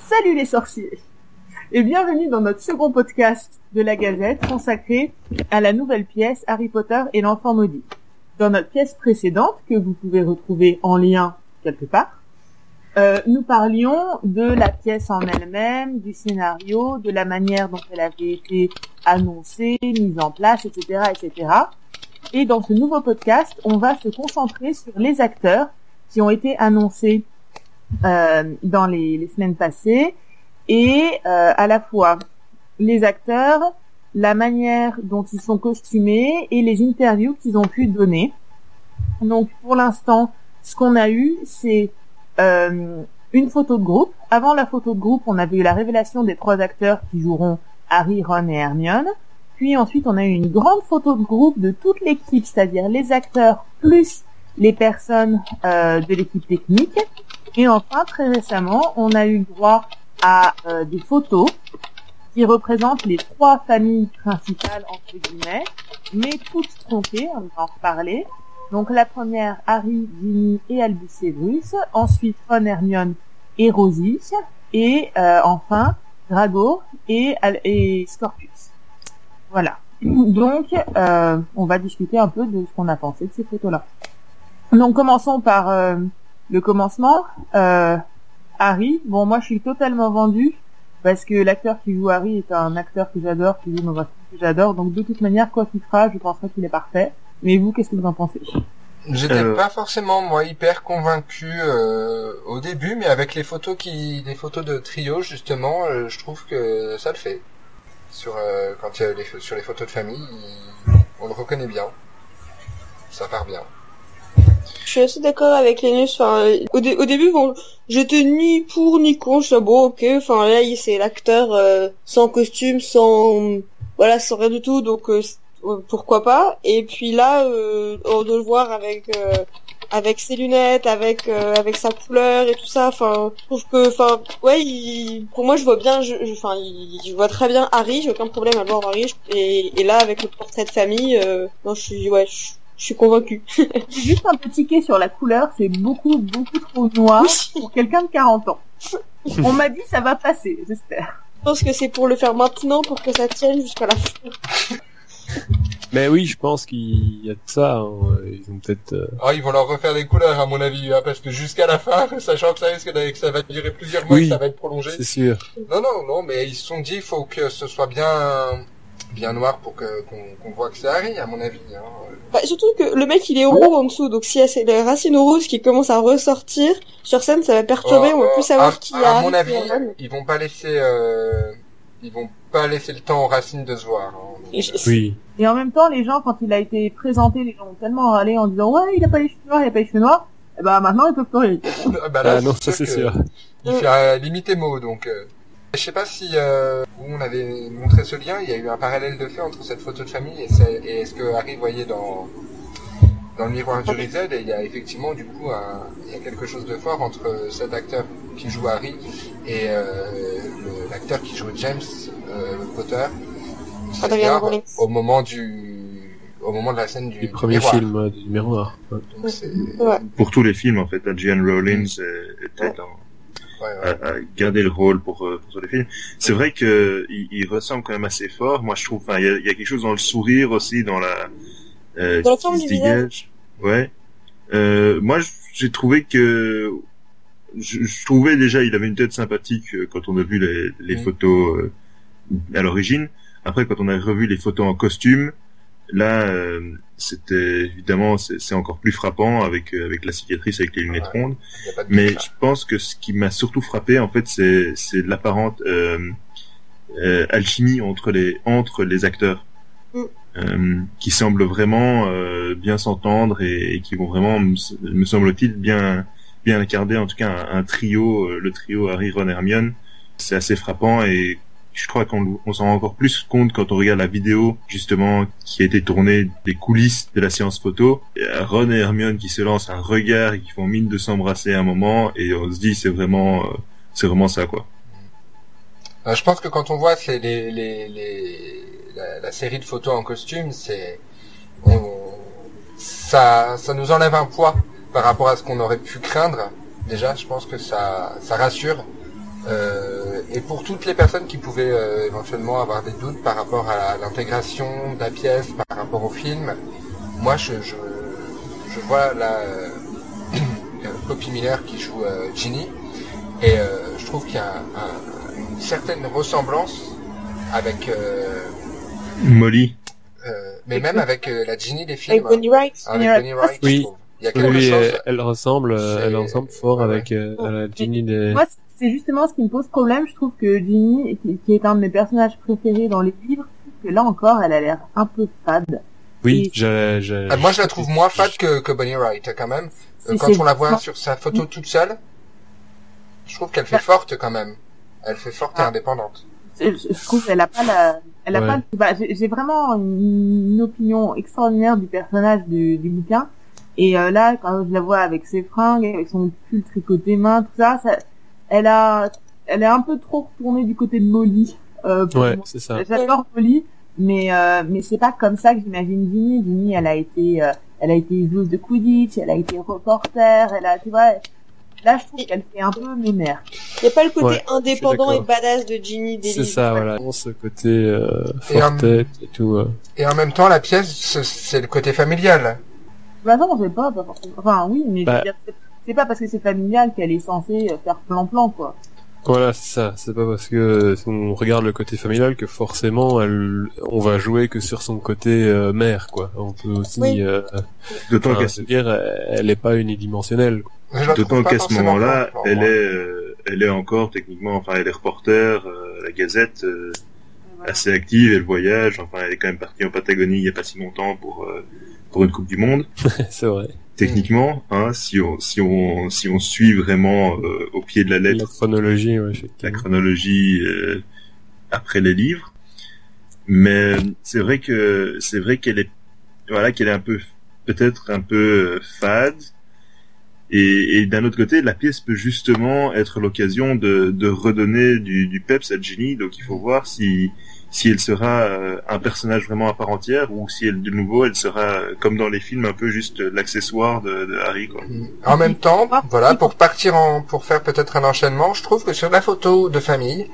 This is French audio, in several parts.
Salut les sorciers et bienvenue dans notre second podcast de la Gazette consacré à la nouvelle pièce Harry Potter et l'Enfant Maudit. Dans notre pièce précédente, que vous pouvez retrouver en lien quelque part, nous parlions de la pièce en elle-même, du scénario, de la manière dont elle avait été annoncée, mise en place, etc., etc. Et dans ce nouveau podcast, on va se concentrer sur les acteurs qui ont été annoncés dans les semaines passées, et à la fois les acteurs, la manière dont ils sont costumés et les interviews qu'ils ont pu donner. Donc pour l'instant, ce qu'on a eu, c'est une photo de groupe. Avant la photo de groupe, on avait eu la révélation des 3 acteurs qui joueront Harry, Ron et Hermione. Puis ensuite, on a eu une grande photo de groupe de toute l'équipe, c'est-à-dire les acteurs plus les personnes de l'équipe technique. Et enfin, très récemment, on a eu droit à des photos qui représentent les 3 familles principales, entre guillemets, mais toutes tronquées, on va en reparler. Donc la première, Harry, Ginny et Albus Severus. Ensuite, Ron, Hermione et Rosie. Et enfin, Drago et Scorpius. Voilà. Donc, on va discuter un peu de ce qu'on a pensé de ces photos-là. Donc, commençons par le commencement. Harry, bon, moi, je suis totalement vendue parce que l'acteur qui joue Harry est un acteur que j'adore, qui joue dans un film que j'adore. Donc, de toute manière, quoi qu'il fera, je penserai qu'il est parfait. Mais vous, qu'est-ce que vous en pensez? J'étais pas forcément, moi, hyper convaincu au début, mais avec les photos de trio, justement, je trouve que ça le fait. Quand il y a sur les photos de famille, on le reconnaît bien. Ça part bien. Je suis assez d'accord avec Linus. Enfin, au début, bon, j'étais ni pour ni contre. Je suis bon, ok. Enfin, là, c'est l'acteur sans costume, sans rien du tout. Donc, pourquoi pas. Et puis là, de le voir avec ses lunettes, avec sa couleur et tout ça. Enfin, je trouve que, ouais, pour moi, je vois bien. Je vois très bien Harry. J'ai aucun problème à voir Harry. Et là, avec le portrait de famille, non, je suis convaincue. Juste un petit quai sur la couleur, c'est beaucoup trop noir pour quelqu'un de 40 ans. On m'a dit ça va passer, j'espère. Je pense que c'est pour le faire maintenant pour que ça tienne jusqu'à la fin. Mais oui, je pense qu'il y a de ça. Hein. Ils ont peut-être. Ils vont leur refaire les couleurs, à mon avis, hein, parce que jusqu'à la fin, sachant que ça va durer plusieurs mois, ça va être prolongé. C'est sûr. Non, mais ils se sont dit, il faut que ce soit bien noir pour qu'on voit que c'est Harry, à mon avis. Hein. Surtout que le mec il est roux en dessous, donc si c'est les racines rouges qui commencent à ressortir sur scène, ça va perturber. On va plus savoir qui a. À mon avis, ils vont pas laisser le temps aux racines de se voir. Hein. Oui. Et en même temps, les gens, quand il a été présenté, les gens ont tellement râlé en disant ouais, il a pas les cheveux noirs. Et bah maintenant ils peuvent plus rien. Non, ça c'est sûr. Il fait limiter mots, donc. Je sais pas si on avait montré ce lien, il y a eu un parallèle de fait entre cette photo de famille et ce que Harry voyait dans le miroir du Rizel, et il y a effectivement du coup il y a quelque chose de fort entre cet acteur qui joue Harry et l'acteur qui joue James Potter au moment de la scène du premier miroir. film du miroir. Ouais. Donc, pour tous les films en fait, J.N. Rowling était à garder le rôle pour les films. C'est vrai que il ressemble quand même assez fort. Moi, je trouve, il y a quelque chose dans le sourire aussi, dans la forme du visage. Ouais. Moi, j'ai trouvé que je trouvais déjà il avait une tête sympathique quand on a vu les photos à l'origine. Après, quand on a revu les photos en costume, là, c'était évidemment c'est encore plus frappant avec la cicatrice, avec les lunettes rondes. Mais je pense que ce qui m'a surtout frappé en fait, c'est l'apparente alchimie entre les acteurs qui semblent vraiment bien s'entendre et qui vont vraiment, me semble-t-il, bien incarner en tout cas un trio, le trio Harry, Ron, Hermione. C'est assez frappant et je crois qu'on s'en rend encore plus compte quand on regarde la vidéo justement qui a été tournée des coulisses de la séance photo. Il y a Ron et Hermione qui se lancent un regard et qui font mine de s'embrasser à un moment et on se dit c'est vraiment ça quoi. Je pense que quand on voit la série de photos en costume, ça nous enlève un poids par rapport à ce qu'on aurait pu craindre. Déjà, je pense que ça rassure. Et pour toutes les personnes qui pouvaient éventuellement avoir des doutes par rapport à l'intégration de la pièce, par rapport au film, moi je vois là Poppy Miller qui joue Ginny, et je trouve qu'il y a une certaine ressemblance avec Molly. mais même avec la Ginny des films. Avec Bonnie Wright. Avec Bonnie Wright, Oui. je trouve. Il y a quelque Oui, chose. elle ressemble fort Ouais. avec la Ginny des... Moi, c'est justement ce qui me pose problème. Je trouve que Ginny, qui est un de mes personnages préférés dans les livres, que là encore, elle a l'air un peu fade. Oui, Moi, je la trouve moins fade que Bonnie Wright, quand même. Quand on la voit sur sa photo toute seule, je trouve qu'elle fait forte, quand même. Elle fait forte et indépendante. Je trouve qu'elle a pas j'ai vraiment une opinion extraordinaire du personnage du bouquin. Et là, quand je la vois avec ses fringues, avec son pull tricoté main, tout ça, elle est un peu trop retournée du côté de Molly. Pour moi. c'est ça. J'adore Molly, mais c'est pas comme ça que j'imagine Ginny. Ginny, elle a été joueuse de Quidditch, elle a été reporter, tu vois. Là, je trouve qu'elle fait un peu mémère. Il n'y a pas le côté Ouais, indépendant je et suis d'accord. badass de Ginny des C'est livres. ça, voilà. Ce côté forte tête et tout. Et en même temps, la pièce, c'est le côté familial. Bah non, c'est pas forcément. Enfin, oui, mais je veux Bah. dire, c'est pas parce que c'est familial qu'elle est censée faire plan-plan, quoi. Voilà, c'est ça. C'est pas parce que on regarde le côté familial que forcément on va jouer que sur son côté mère, quoi. On peut aussi, Oui. D'autant qu'à se dire, elle est pas unidimensionnelle. Quoi. Je la trouve D'autant pas qu'à ce forcément moment-là, plan-plan, moi. elle est encore techniquement, enfin, elle est reporter, à la Gazette, assez active, elle voyage, enfin, elle est quand même partie en Patagonie il y a pas si longtemps pour une Coupe du Monde. C'est vrai. Techniquement, hein, si on suit vraiment au pied de la lettre La chronologie, ouais, la effectivement. chronologie après les livres, mais c'est vrai qu'elle est un peu peut-être un peu fade. Et d'un autre côté, la pièce peut justement être l'occasion de redonner du peps à Ginny. Donc il faut voir si elle sera un personnage vraiment à part entière ou si elle, de nouveau, elle sera comme dans les films un peu juste l'accessoire de Harry, quoi. En même temps, voilà, pour faire peut-être un enchaînement, je trouve que sur la photo de famille,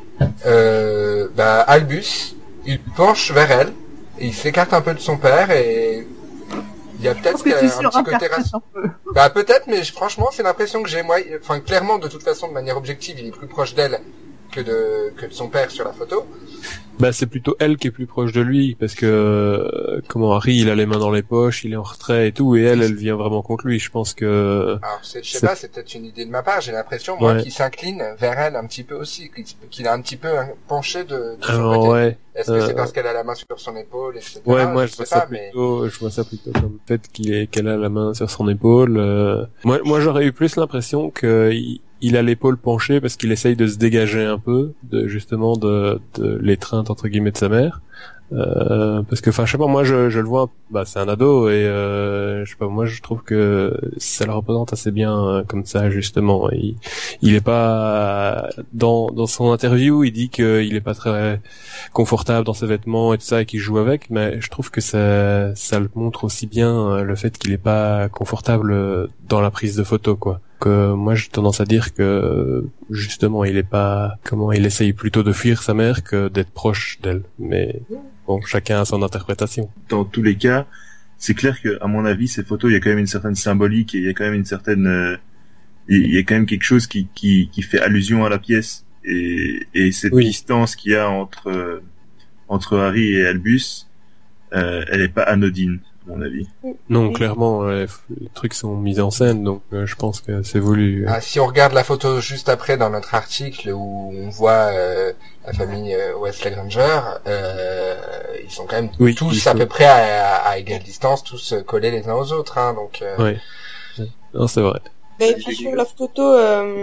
Albus, il penche vers elle, et il s'écarte un peu de son père, et il y a peut-être que un petit côté un peu. Bah peut-être, mais franchement, c'est l'impression que j'ai, moi. Enfin, clairement, de toute façon, de manière objective, il est plus proche d'elle que de son père sur la photo. Bah, c'est plutôt elle qui est plus proche de lui, parce que, Harry, il a les mains dans les poches, il est en retrait et tout, et elle vient vraiment contre lui. Je pense que... Alors, je sais pas, c'est peut-être une idée de ma part. J'ai l'impression, moi, qu'il s'incline vers elle un petit peu aussi, qu'il a un petit peu penché de son côté. Ouais. Est-ce que c'est parce qu'elle a la main sur son épaule, etc. Ouais, moi, je vois ça plutôt comme le fait qu'elle a la main sur son épaule. Moi, j'aurais eu plus l'impression que il a l'épaule penchée parce qu'il essaye de se dégager un peu de l'étreinte entre guillemets de sa mère. Parce que, enfin, je sais pas, moi je le vois, c'est un ado et je sais pas, moi je trouve que ça le représente assez bien comme ça justement. Il est pas dans son interview, il dit qu'il est pas très confortable dans ses vêtements et tout ça et qu'il joue avec, mais je trouve que ça le montre aussi bien le fait qu'il est pas confortable dans la prise de photo, quoi. Que moi j'ai tendance à dire que justement il essaye plutôt de fuir sa mère que d'être proche d'elle, mais bon, chacun a son interprétation. Dans tous les cas, c'est clair que, à mon avis, ces photos, il y a quand même une certaine symbolique et il y a quand même une certaine, il y a quand même quelque chose qui fait allusion à la pièce et cette distance qu'il y a entre Harry et Albus, elle est pas anodine, à mon avis. Non, clairement, les trucs sont mis en scène, donc je pense que c'est voulu. Si on regarde la photo juste après dans notre article où on voit la famille Weasley Granger, ils sont quand même tous à peu près à égale distance, tous collés les uns aux autres, hein, donc. Oui. Non, c'est vrai. Et puis sur la photo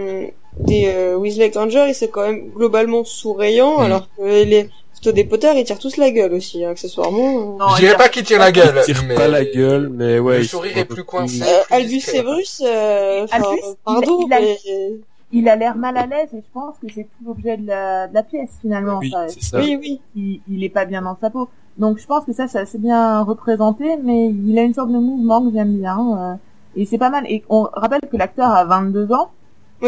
des Weasley Granger, ils sont quand même globalement souriants, alors que les photos des Potter, ils tirent tous la gueule aussi, accessoirement. Je dirais pas qu'ils tirent la gueule. Ils tirent pas la gueule, mais ouais. Le sourire est plus coincé. Albus Severus, pardon, mais... Il a l'air mal à l'aise et je pense que c'est tout l'objet de la pièce finalement. Oui, c'est ça. Oui. Il est pas bien dans sa peau. Donc je pense que ça c'est assez bien représenté, mais il a une sorte de mouvement que j'aime bien. Et c'est pas mal. Et on rappelle que l'acteur a 22 ans. Oui. Et du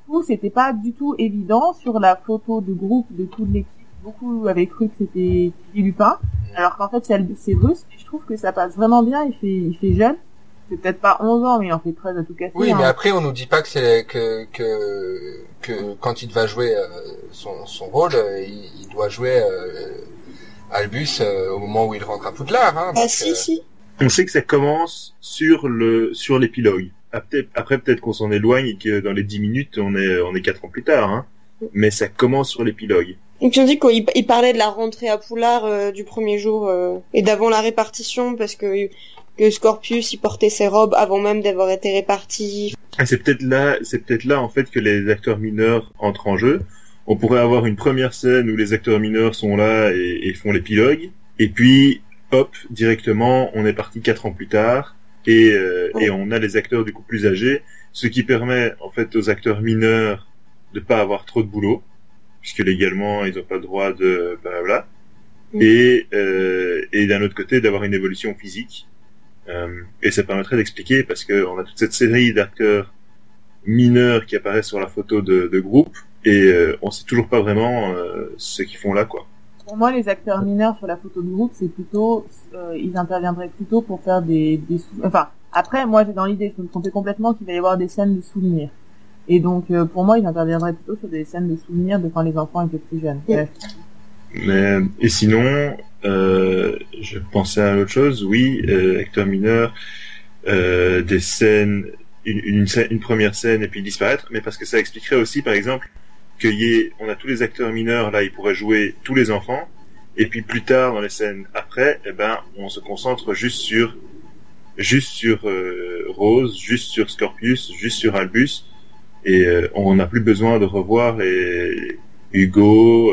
coup, c'était pas du tout évident sur la photo de groupe de toute l'équipe. Beaucoup avaient cru que c'était Lupin, alors qu'en fait c'est Bruce. Et je trouve que ça passe vraiment bien. Il fait jeune. C'est peut-être pas 11 ans, mais il en fait 13 à tout casser. Oui, mais après on nous dit pas que c'est que quand il va jouer son rôle, il doit jouer Albus au moment où il rentre à Poudlard. Hein, ah donc, si. On sait que ça commence sur l'épilogue. Après peut-être qu'on s'en éloigne et que dans les 10 minutes on est 4 ans plus tard, hein. Mais ça commence sur l'épilogue. Donc tu me dis qu'il parlait de la rentrée à Poudlard du premier jour et d'avant la répartition parce que Scorpius il portait ses robes avant même d'avoir été réparti. Ah, c'est peut-être là en fait que les acteurs mineurs entrent en jeu. On pourrait avoir une première scène où les acteurs mineurs sont là et font l'épilogue, et puis hop, directement on est parti 4 ans plus tard et on a les acteurs du coup plus âgés, ce qui permet en fait aux acteurs mineurs de pas avoir trop de boulot puisque légalement ils ont pas le droit de blablabla, et d'un autre côté d'avoir une évolution physique. Et ça permettrait d'expliquer, parce que on a toute cette série d'acteurs mineurs qui apparaissent sur la photo de groupe, et on sait toujours pas vraiment ce qu'ils font là, quoi. Pour moi, les acteurs mineurs sur la photo de groupe, c'est plutôt, ils interviendraient plutôt pour faire enfin, après, moi, j'ai dans l'idée, je me trompais complètement qu'il va y avoir des scènes de souvenirs. Et donc, pour moi, ils interviendraient plutôt sur des scènes de souvenirs de quand les enfants étaient plus jeunes. Mais, et sinon, je pensais à autre chose, oui, acteurs mineurs, des scènes, une première scène et puis disparaître, mais parce que ça expliquerait aussi, par exemple, on a tous les acteurs mineurs, là, ils pourraient jouer tous les enfants, et puis plus tard, dans les scènes après, on se concentre juste sur Rose, juste sur Scorpius, juste sur Albus, et on n'a plus besoin de revoir Hugo,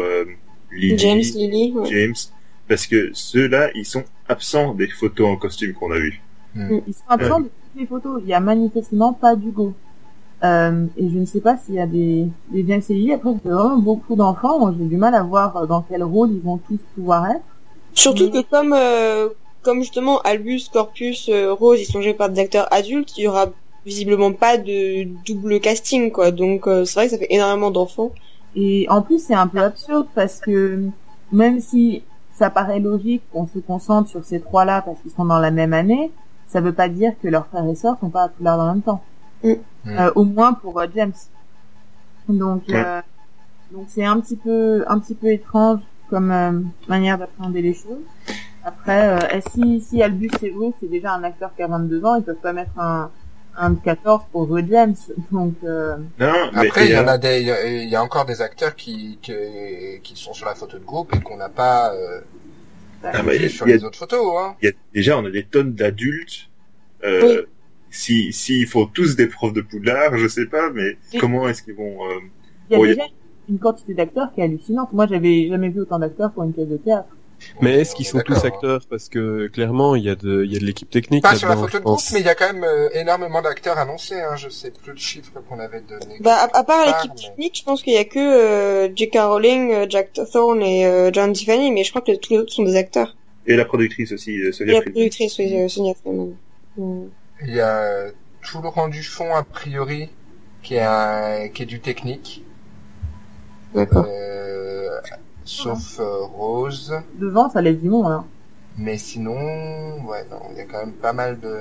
Lily, ouais. James, parce que ceux-là, ils sont absents des photos en costume qu'on a vues. Ils sont absents de toutes les photos. Il y a manifestement pas d'Hugo. Et je ne sais pas s'il y a des James et Lily. Après, c'est vraiment beaucoup d'enfants. Moi, j'ai du mal à voir dans quel rôle ils vont tous pouvoir être. Surtout que comme justement Albus, Scorpius, Rose, ils sont joués par des acteurs adultes, il y aura visiblement pas de double casting, quoi. Donc c'est vrai que ça fait énormément d'enfants. Et en plus, c'est un peu absurde parce que même si ça paraît logique qu'on se concentre sur ces trois-là parce qu'ils sont dans la même année, ça veut pas dire que leurs frères et sœurs sont pas à Poudlard en même temps. Au moins pour James. Donc c'est un petit peu étrange comme manière d'appréhender les choses. Après, si Albus est joué, c'est déjà un acteur qui a 22 ans, ils peuvent pas mettre un de 14 pour jouer James. Donc non, après il y a encore des acteurs qui sont sur la photo de groupe et qu'on n'a pas vu sur les autres photos, hein. Déjà on a des tonnes d'adultes. Oui. S'il faut tous des profs de Poudlard, je sais pas, mais comment est-ce qu'ils vont il y a déjà une quantité d'acteurs qui est hallucinante. Moi, j'avais jamais vu autant d'acteurs pour une pièce de théâtre. Mais est-ce qu'ils sont tous acteurs? Parce que clairement, il y a de l'équipe technique. Pas sur la photo de groupe, mais il y a quand même énormément d'acteurs annoncés. Hein. Je sais plus le chiffre qu'on avait donné. À part l'équipe technique, je pense qu'il y a que J.K. Rowling, Jack Thorne et John Tiffany, mais je crois que tous les autres sont des acteurs. Et la productrice aussi, Sonia Freeman. Et la productrice, oui, Sonia Freeman. Il y a tout Laurent Dufont a priori qui est du technique. D'accord. Sauf Rose. Devant, ça laisse du monde, hein. Mais sinon, ouais, non, il y a quand même pas mal de...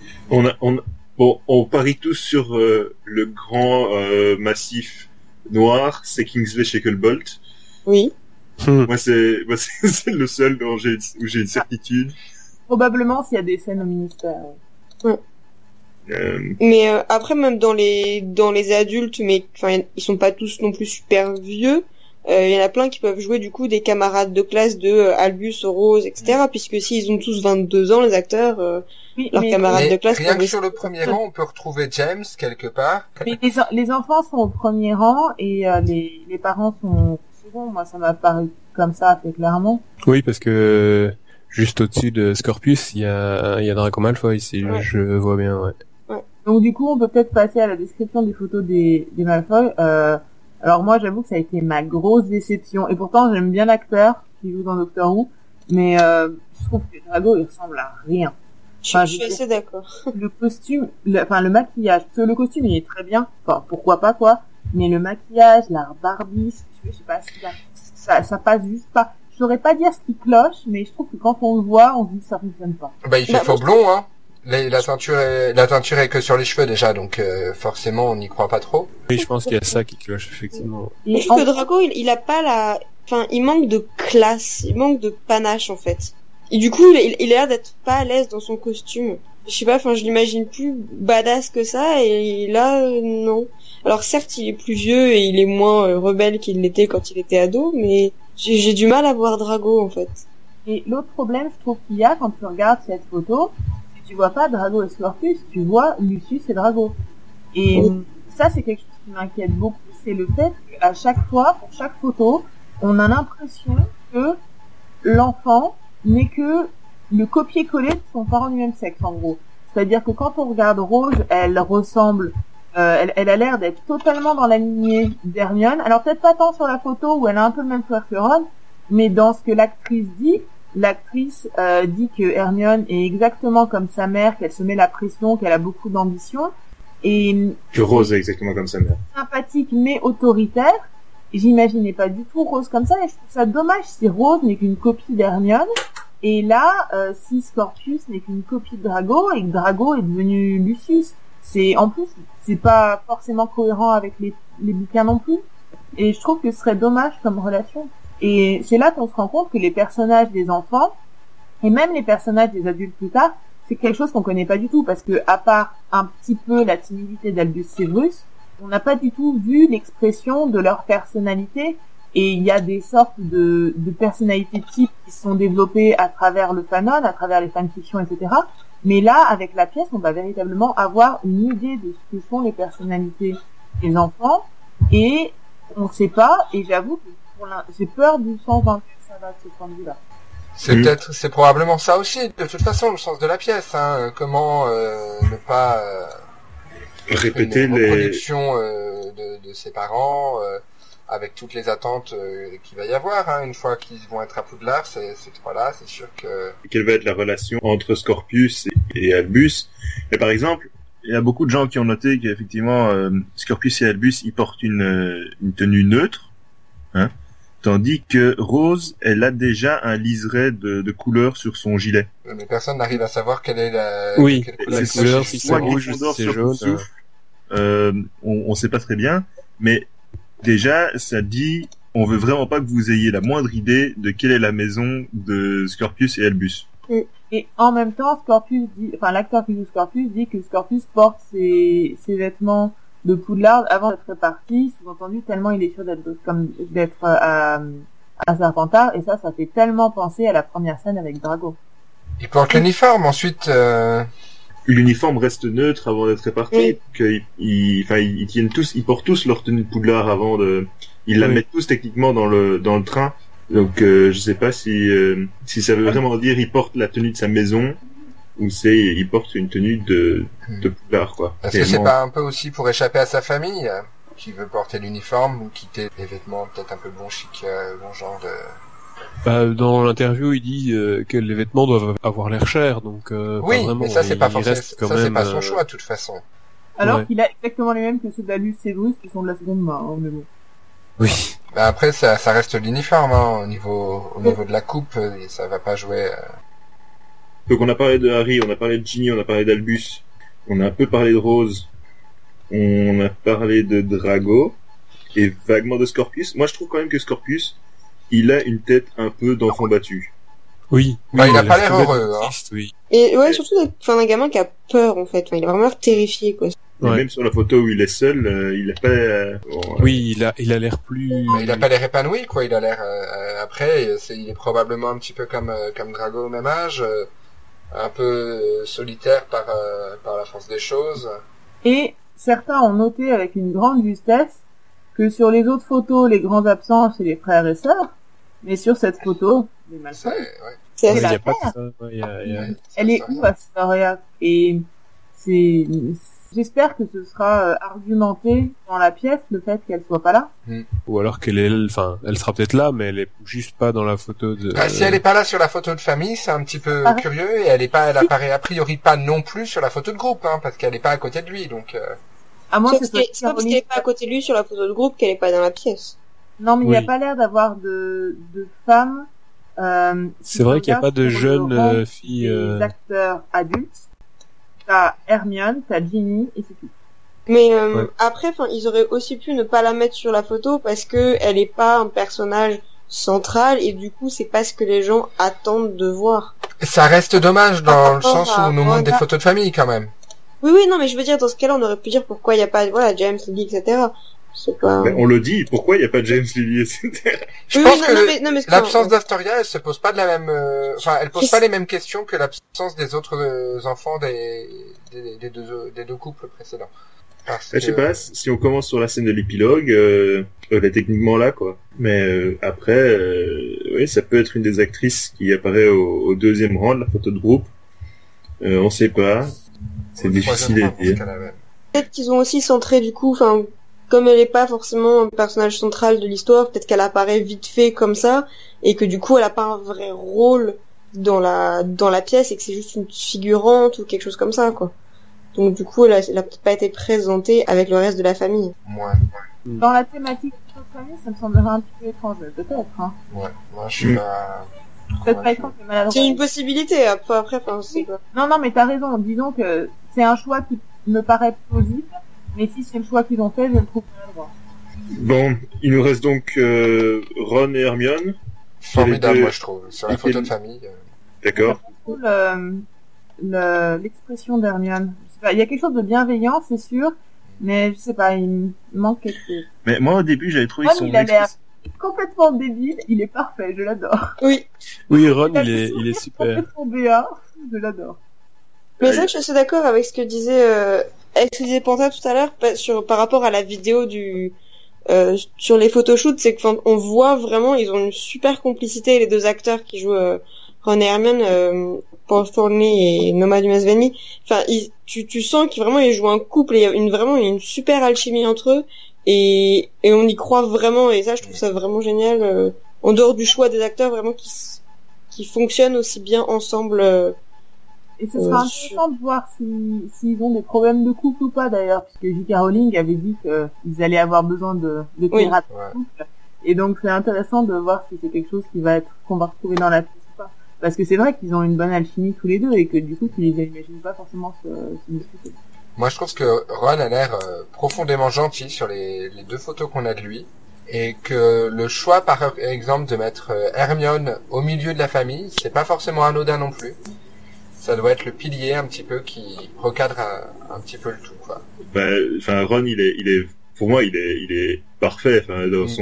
On parie tous sur le grand massif noir, c'est Kingsley Shacklebolt. Oui. Moi, c'est le seul où j'ai une certitude. Probablement s'il y a des scènes au ministère. Ouais. Mais après, même dans les adultes, mais enfin, ils sont pas tous non plus super vieux. Il y en a plein qui peuvent jouer du coup des camarades de classe de Albus, Rose, etc. Puisque s'ils ont tous 22 ans, les acteurs, leurs camarades de classe. Rien que sur le premier rang, on peut retrouver James quelque part. Mais les enfants sont au premier rang et les parents sont au second. Moi, ça m'a paru comme ça, assez clairement. Oui, parce que juste au-dessus de Scorpius, il y a Draco Malfoy, si je vois bien, ouais. Donc du coup, on peut peut-être passer à la description des photos des Malfoy. Alors moi, j'avoue que ça a été ma grosse déception. Et pourtant, j'aime bien l'acteur qui joue dans Doctor Who, mais je trouve que Drago, il ressemble à rien. Enfin, je suis assez d'accord. Le costume, le maquillage, parce que le costume, il est très bien. Enfin, pourquoi pas, quoi. mais le maquillage, l'art Barbie, je sais pas, ça passe juste pas. Je saurais pas dire ce qui cloche, mais je trouve que quand on le voit, on se dit que ça fonctionne pas. Bah, il fait faux blond, hein. La teinture est que sur les cheveux déjà, donc forcément on n'y croit pas trop. Oui, je pense qu'il y a ça qui cloche effectivement. Je trouve que Drago, il a pas il manque de classe, il manque de panache en fait. Et du coup, il a l'air d'être pas à l'aise dans son costume. Je sais pas, je l'imagine plus badass que ça, et là, non. Alors certes, il est plus vieux et il est moins rebelle qu'il l'était quand il était ado, mais j'ai du mal à voir Drago en fait. Et l'autre problème, je trouve qu'il y a quand tu regardes cette photo, tu vois pas Drago et Scorpius, tu vois Lucius et Drago. Et ça, c'est quelque chose qui m'inquiète beaucoup, c'est le fait qu'à chaque fois, pour chaque photo, on a l'impression que l'enfant n'est que le copier-coller de son parent du même sexe, en gros. C'est-à-dire que quand on regarde Rose, elle ressemble, elle a l'air d'être totalement dans la lignée d'Hermione. Alors peut-être pas tant sur la photo où elle a un peu le même sourire que Ron, mais dans ce que l'actrice dit, dit que Hermione est exactement comme sa mère, qu'elle se met la pression, qu'elle a beaucoup d'ambition. Et que Rose est exactement comme sa mère. Sympathique mais autoritaire. J'imaginais pas du tout Rose comme ça, et je trouve ça dommage si Rose n'est qu'une copie d'Hermione. Et là, si Scorpius n'est qu'une copie de Drago, et que Drago est devenu Lucius. En plus, c'est pas forcément cohérent avec les bouquins non plus. Et je trouve que ce serait dommage comme relation. Et c'est là qu'on se rend compte que les personnages des enfants, et même les personnages des adultes plus tard, c'est quelque chose qu'on connaît pas du tout, parce que à part un petit peu la timidité d'Albus Severus, on n'a pas du tout vu l'expression de leur personnalité, et il y a des sortes de personnalités types qui sont développées à travers le fanon, à travers les fanfictions, etc. Mais là, avec la pièce, on va véritablement avoir une idée de ce que sont les personnalités des enfants, et on sait pas, et j'avoue que j'ai peur du sens dans lequel ça va de ce point de vue-là. C'est probablement ça aussi, de toute façon, le sens de la pièce, hein. Comment ne pas répéter une reproduction de ses parents, avec toutes les attentes qu'il va y avoir, hein. Une fois qu'ils vont être à Poudlard, ces trois-là, c'est sûr que... Quelle va être la relation entre Scorpius et Albus? Et par exemple, il y a beaucoup de gens qui ont noté qu'effectivement, Scorpius et Albus, ils portent une tenue neutre, hein. Tandis que Rose, elle a déjà un liseré de couleur sur son gilet. Mais personne n'arrive à savoir quelle est la couleur, si c'est rouge, si c'est jaune. On sait pas très bien, mais déjà, ça dit, on veut vraiment pas que vous ayez la moindre idée de quelle est la maison de Scorpius et Albus. Et en même temps, l'acteur qui joue Scorpius dit que Scorpius porte ses vêtements de Poudlard avant d'être réparti, sous-entendu tellement il est sûr d'être à Serpentard, et ça fait tellement penser à la première scène avec Drago. Il porte l'uniforme, ensuite... L'uniforme reste neutre avant d'être réparti, ils tiennent tous, ils portent tous leur tenue de Poudlard avant ils la mettent tous techniquement dans le train, donc je sais pas si ça veut vraiment dire il porte la tenue de sa maison, ou il porte une tenue de Poudlard, quoi. Est-ce que c'est pas un peu aussi pour échapper à sa famille, qui veut porter l'uniforme, ou quitter les vêtements peut-être un peu bon chic, bon genre de... dans l'interview, il dit que les vêtements doivent avoir l'air cher, donc oui, pas vraiment. Mais ça c'est pas forcément, c'est pas son choix de toute façon. Alors qu'il a exactement les mêmes que ceux d'Albus Severus qui sont de la seconde main, hein, mais bon. Oui. Bah après ça reste l'uniforme, hein, au niveau de la coupe, ça va pas jouer. Donc on a parlé de Harry, on a parlé de Ginny, on a parlé d'Albus, on a un peu parlé de Rose, on a parlé de Drago et vaguement de Scorpius. Moi je trouve quand même que Scorpius, il a une tête un peu d'enfant battu. Oui. Il a pas l'air heureux, hein. Oui. Et ouais, surtout un gamin qui a peur en fait. Il a vraiment l'air terrifié, quoi. Ouais. Même sur la photo où il est seul, il a pas. Oui, il a l'air plus. Mais il a pas l'air épanoui, quoi. Il a l'air. Après, il est probablement un petit peu comme Drago au même âge, un peu solitaire par la force des choses. Et certains ont noté avec une grande justesse que sur les autres photos, les grands absents, c'est les frères et sœurs, mais sur cette photo, les Malfoy, c'est la la pas mère. de ça. Elle est où, Astoria? Et j'espère que ce sera argumenté dans la pièce, le fait qu'elle soit pas là. Ou alors elle sera peut-être là, mais elle est juste pas dans la photo de... Si elle est pas là sur la photo de famille, c'est un petit peu curieux, et elle apparaît a priori pas non plus sur la photo de groupe, hein, parce qu'elle est pas à côté de lui, donc... À moins que ce C'est soit pas parce qu'elle est pas à côté de lui sur la photo de groupe qu'elle est pas dans la pièce. Non, mais il n'y a Oui. pas l'air d'avoir de femmes. C'est vrai qu'il n'y a pas de jeunes jeunes filles. des acteurs adultes. T'as Hermione, t'as Ginny et c'est tout. Mais Ouais. après, enfin, ils auraient aussi pu ne pas la mettre sur la photo parce que elle est pas un personnage central et du coup, c'est pas ce que les gens attendent de voir. Ça reste dommage dans le Par sens rapport où on nous à montre des Rhoda. photos de famille quand même. Oui, non, mais je veux dire, dans ce cas-là, on aurait pu dire pourquoi il y a pas, voilà, James, Lily, etc. C'est pas... Ben, on le dit, pourquoi il n'y a pas de James Lily, etc. Je Oui, pense oui, que non, mais l'absence d'Astoria, elle se pose pas de la même, enfin, elle pose Qu'est-ce- pas les mêmes questions que l'absence des autres enfants des deux couples précédents. Parce Je sais que- pas, si on commence sur la scène de l'épilogue, elle est techniquement là, quoi. Mais après, oui, ça peut être une des actrices qui apparaît au deuxième rang de la photo de groupe. On sait pas. C'est au difficile à troisième rang, dire. dans ce cas-là, même. Peut-être qu'ils ont aussi centré, du coup, enfin, comme elle est pas forcément un personnage central de l'histoire, peut-être qu'elle apparaît vite fait comme ça, et que du coup, elle a pas un vrai rôle dans la pièce, et que c'est juste une figurante ou quelque chose comme ça, quoi. Donc du coup, elle a peut-être pas été présentée avec le reste de la famille. Ouais, Dans la thématique de notre famille, ça me semblerait un petit peu étrange, peut-être, hein. ouais. Moi, je suis pas... Peut-être pas étrange, mais maladroit. C'est une possibilité, après, enfin, c'est pas... Non, mais t'as raison. Disons que c'est un choix qui me paraît plausible, mais si c'est le choix qu'ils ont fait, je le trouve maladroit. Bon, il nous reste donc Ron et Hermione. Formidable, deux- moi, je trouve. Sur la et photo quel- de famille. D'accord. Surtout l'expression d'Hermione. Je sais pas, il y a quelque chose de bienveillant, c'est sûr, mais je sais pas, il me manque quelque chose. Mais moi, au début, j'avais trouvé Ron, son il a l'air expression- complètement débile, il est parfait, je l'adore. Oui. Oui, Ron, il est super. Complètement béat, je l'adore. Mais c'est vrai que je suis assez d'accord avec ce que disait Panta tout à l'heure par rapport à la vidéo sur les photoshoots, c'est que on voit vraiment ils ont une super complicité les deux acteurs qui jouent Ron et Hermione, Paul Thornley et Noma Dumezveni. Enfin, tu sens qu'ils vraiment ils jouent un couple et il y a une super alchimie entre eux et on y croit vraiment et ça je trouve ça vraiment génial en dehors du choix des acteurs vraiment qui fonctionnent aussi bien ensemble. Et ce sera intéressant de voir s'ils ont des problèmes de couple ou pas d'ailleurs, puisque J.K. Rowling avait dit qu'ils allaient avoir besoin de thérapie de couple. Et donc c'est intéressant de voir si c'est quelque chose qu'on va retrouver dans la pièce ou pas. Parce que c'est vrai qu'ils ont une bonne alchimie tous les deux et que du coup tu les imagines pas forcément se discuter. Moi, je trouve que Ron a l'air profondément gentil sur les deux photos qu'on a de lui. Et que le choix, par exemple, de mettre Hermione au milieu de la famille, c'est pas forcément anodin non plus. Ça doit être le pilier un petit peu qui recadre un petit peu le tout, quoi. Enfin, Ron, il est, pour moi, il est parfait. Enfin,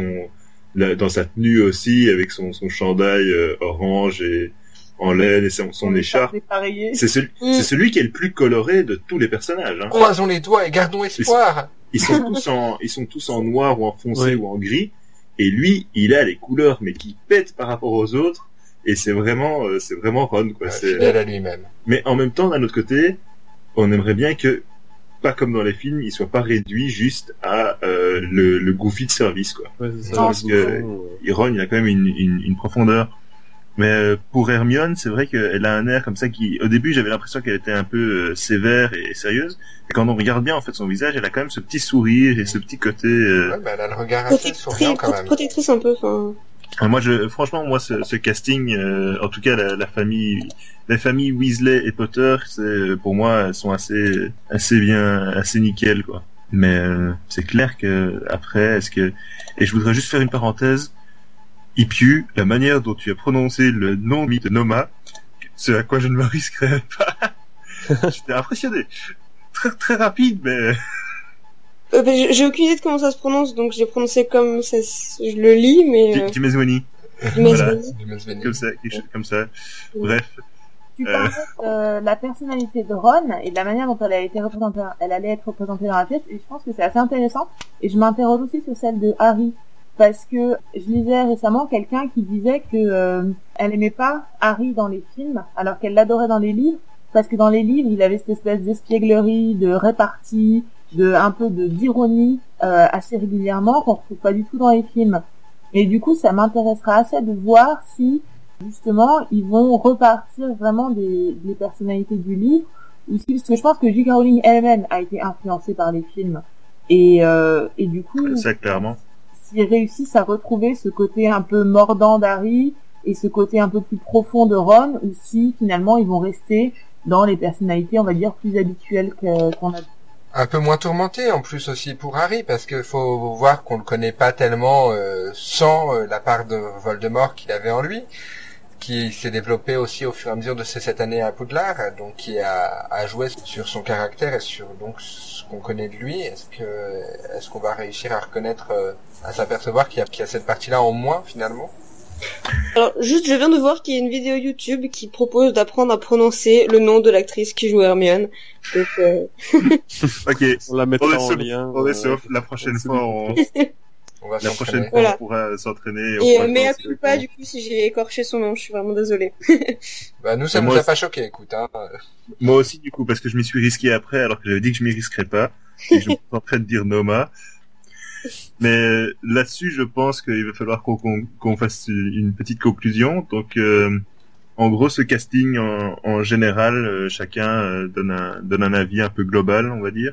dans sa tenue aussi, avec son chandail orange et en laine et son écharpe. C'est celui qui est le plus coloré de tous les personnages. Hein. Croisons les doigts et gardons espoir. Ils sont tous en noir ou en foncé ou en gris. Et lui, il a les couleurs, mais qui pètent par rapport aux autres. Et c'est vraiment Ron, quoi. C'est fidèle à lui-même. Mais en même temps, d'un autre côté, on aimerait bien que, pas comme dans les films, il soit pas réduit juste à le goofy de service, quoi. Ouais, c'est ça. Parce que Ron, il a quand même une profondeur. Mais pour Hermione, c'est vrai qu'elle a un air comme ça qui, au début, j'avais l'impression qu'elle était un peu sévère et sérieuse. Et quand on regarde bien en fait son visage, elle a quand même ce petit sourire et ce petit côté. Ouais, bah, elle a le regard assez souriant quand même. Protectrice un peu. Enfin. Franchement, ce casting, en tout cas la famille Weasley et Potter, pour moi, elles sont assez bien, assez nickel, quoi. Mais c'est clair que après, et je voudrais juste faire une parenthèse. Ipiu, la manière dont tu as prononcé le nom de Noma, c'est à quoi je ne me risquerais pas. J'étais impressionné. Très très rapide, mais. J'ai aucune idée de comment ça se prononce, donc j'ai prononcé comme ça, je le lis, mais... Dumezveni. Voilà. Comme ça, quelque chose comme ça. Bref. Tu parlais de la personnalité de Ron et de la manière dont elle allait être représentée dans la pièce, et je pense que c'est assez intéressant. Et je m'interroge aussi sur celle de Harry, parce que je lisais récemment quelqu'un qui disait que elle aimait pas Harry dans les films, alors qu'elle l'adorait dans les livres, parce que dans les livres, il avait cette espèce d'espièglerie, de répartie, un peu d'ironie assez régulièrement qu'on retrouve pas du tout dans les films. Et du coup, ça m'intéressera assez de voir si justement ils vont repartir vraiment des personnalités du livre, ou si, parce que je pense que J.K. Rowling elle-même a été influencée par les films. Et du coup, Ça, clairement. s'ils réussissent à retrouver ce côté un peu mordant d'Harry et ce côté un peu plus profond de Ron, ou si finalement ils vont rester dans les personnalités, on va dire, plus habituelles qu'on a. Un peu moins tourmenté en plus aussi pour Harry, parce que faut voir qu'on le connaît pas tellement sans la part de Voldemort qu'il avait en lui, qui s'est développé aussi au fur et à mesure de ces 7 années à Poudlard, donc qui a joué sur son caractère et sur donc ce qu'on connaît de lui. Est-ce qu'on va réussir à reconnaître, à s'apercevoir qu'il y a cette partie-là en moins finalement? Alors, juste, je viens de voir qu'il y a une vidéo YouTube qui propose d'apprendre à prononcer le nom de l'actrice qui joue Hermione. Donc, Ok. On la mettra en sauf, lien. on est sauf. La prochaine fois, On va la prochaine s'entraîner. fois, Voilà. on pourra s'entraîner. et on mais pourra appuie pas, du coup, si j'ai écorché son nom, je suis vraiment désolée. Bah nous ça Et nous moi a pas choqué, écoute. Hein. Moi aussi, du coup, parce que je m'y suis risqué après, alors que j'avais dit que je m'y risquerais pas. Et je suis en train de dire Noma. Mais là-dessus, je pense qu'il va falloir qu'on fasse une petite conclusion. Donc, en gros, ce casting, en général, chacun donne un avis un peu global, on va dire.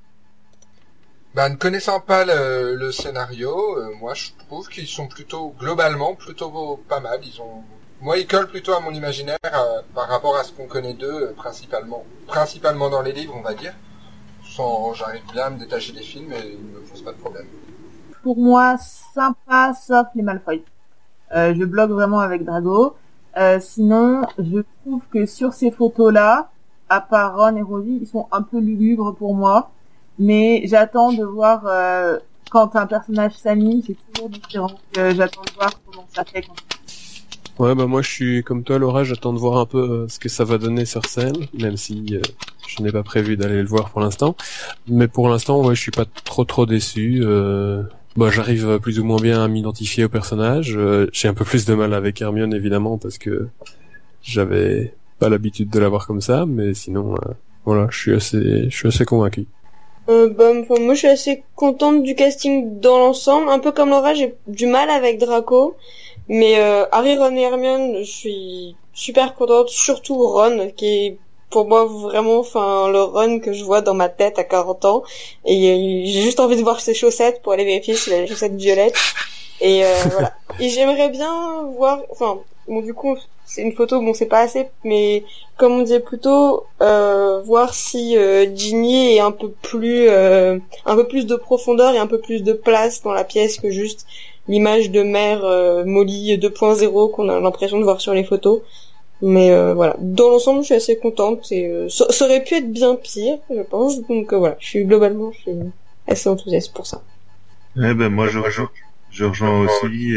Bah ne connaissant pas le scénario, moi je trouve qu'ils sont globalement plutôt pas mal. Moi ils collent plutôt à mon imaginaire par rapport à ce qu'on connaît d'eux, principalement dans les livres, on va dire. J'arrive bien à me détacher des films et ils ne me posent pas de problème. Pour moi, sympa, sauf les Malfoy. Je bloque vraiment avec Drago. Sinon, je trouve que sur ces photos-là, à part Ron et Rosie, ils sont un peu lugubres pour moi. Mais j'attends de voir quand un personnage s'anime, c'est toujours différent. J'attends de voir comment ça fait quand... Ouais, bah moi je suis comme toi Laura, j'attends de voir un peu ce que ça va donner sur scène, même si je n'ai pas prévu d'aller le voir pour l'instant. Mais pour l'instant, ouais, je suis pas trop déçu. Bah j'arrive plus ou moins bien à m'identifier au personnage. J'ai un peu plus de mal avec Hermione évidemment parce que j'avais pas l'habitude de la voir comme ça, mais sinon voilà, je suis assez convaincu. Moi, je suis assez contente du casting dans l'ensemble. Un peu comme Laura, j'ai du mal avec Draco. Mais Harry, Ron et Hermione, je suis super contente. Surtout Ron, qui est pour moi vraiment, le Ron que je vois dans ma tête à 40 ans. Et j'ai juste envie de voir ses chaussettes pour aller vérifier s'il a les chaussettes violettes. Et voilà. Et j'aimerais bien voir... du coup, c'est une photo, c'est pas assez, mais comme on disait plus tôt, voir si Ginny est un peu plus de profondeur et un peu plus de place dans la pièce que juste l'image de mère Molly 2.0 qu'on a l'impression de voir sur les photos. Mais voilà, dans l'ensemble, je suis assez contente. Et ça aurait pu être bien pire, je pense. Donc voilà, je suis assez enthousiaste pour ça. Eh ben moi, je rejoins aussi.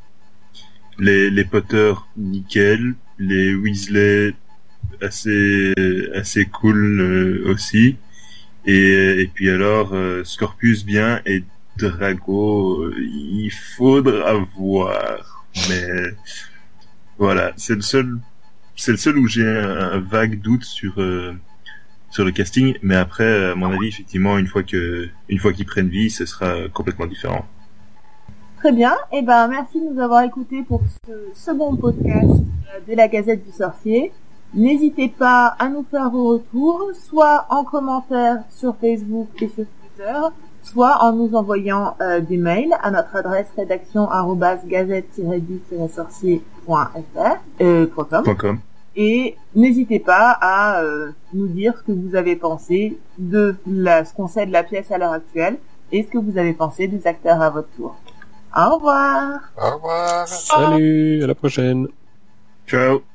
Les Potter, nickel. Les Weasley, assez cool aussi. Et puis alors, Scorpius bien et Drago, il faudra voir. Mais voilà, c'est le seul où j'ai un vague doute sur le casting. Mais après, à mon avis, effectivement, une fois qu'ils prennent vie, ce sera complètement différent. Très bien. Merci de nous avoir écoutés pour ce second podcast de la Gazette du Sorcier. N'hésitez pas à nous faire vos retours, soit en commentaire sur Facebook et sur Twitter, soit en nous envoyant des mails à notre adresse rédaction@gazette-du-sorcier.com. Et n'hésitez pas à nous dire ce que vous avez pensé de ce qu'on sait de la pièce à l'heure actuelle et ce que vous avez pensé des acteurs à votre tour. Au revoir. Au revoir. Salut, à la prochaine. Ciao.